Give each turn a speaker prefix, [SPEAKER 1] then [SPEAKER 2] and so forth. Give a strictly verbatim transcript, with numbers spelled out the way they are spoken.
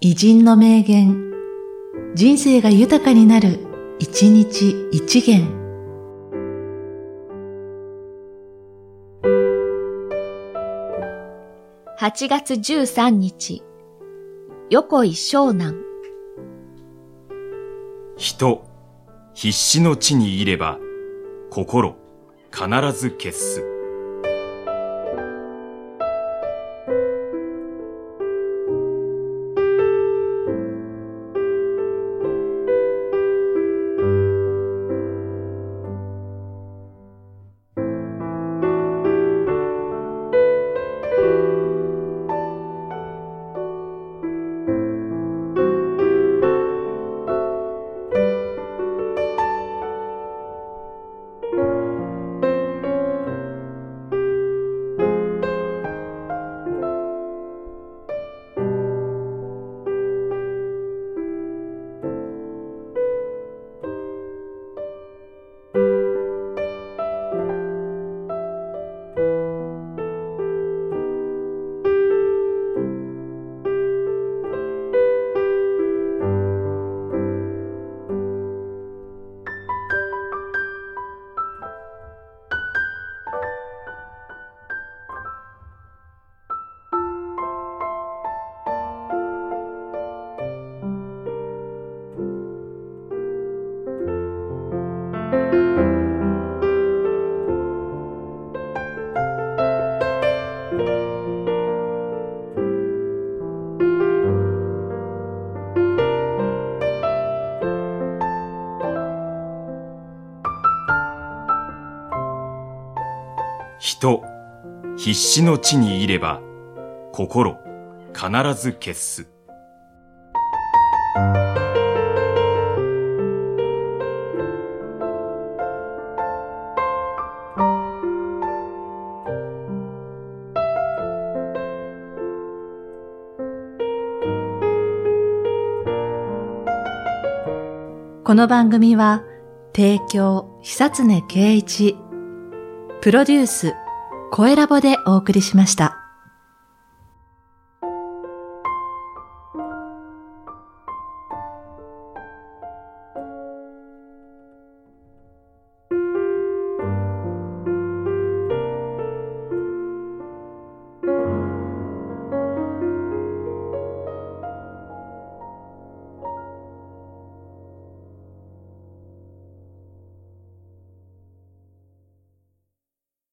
[SPEAKER 1] 偉人の名言、人生が豊かになる、一日一元。
[SPEAKER 2] はちがつじゅうさんにち、横井庄南。
[SPEAKER 3] 人、必死の地にいれば、心、必ず決す。人、必死の地にいれば、心、必ず決す。
[SPEAKER 1] この番組は、提供、久常圭一、プロデュース、声ラボでお送りしました。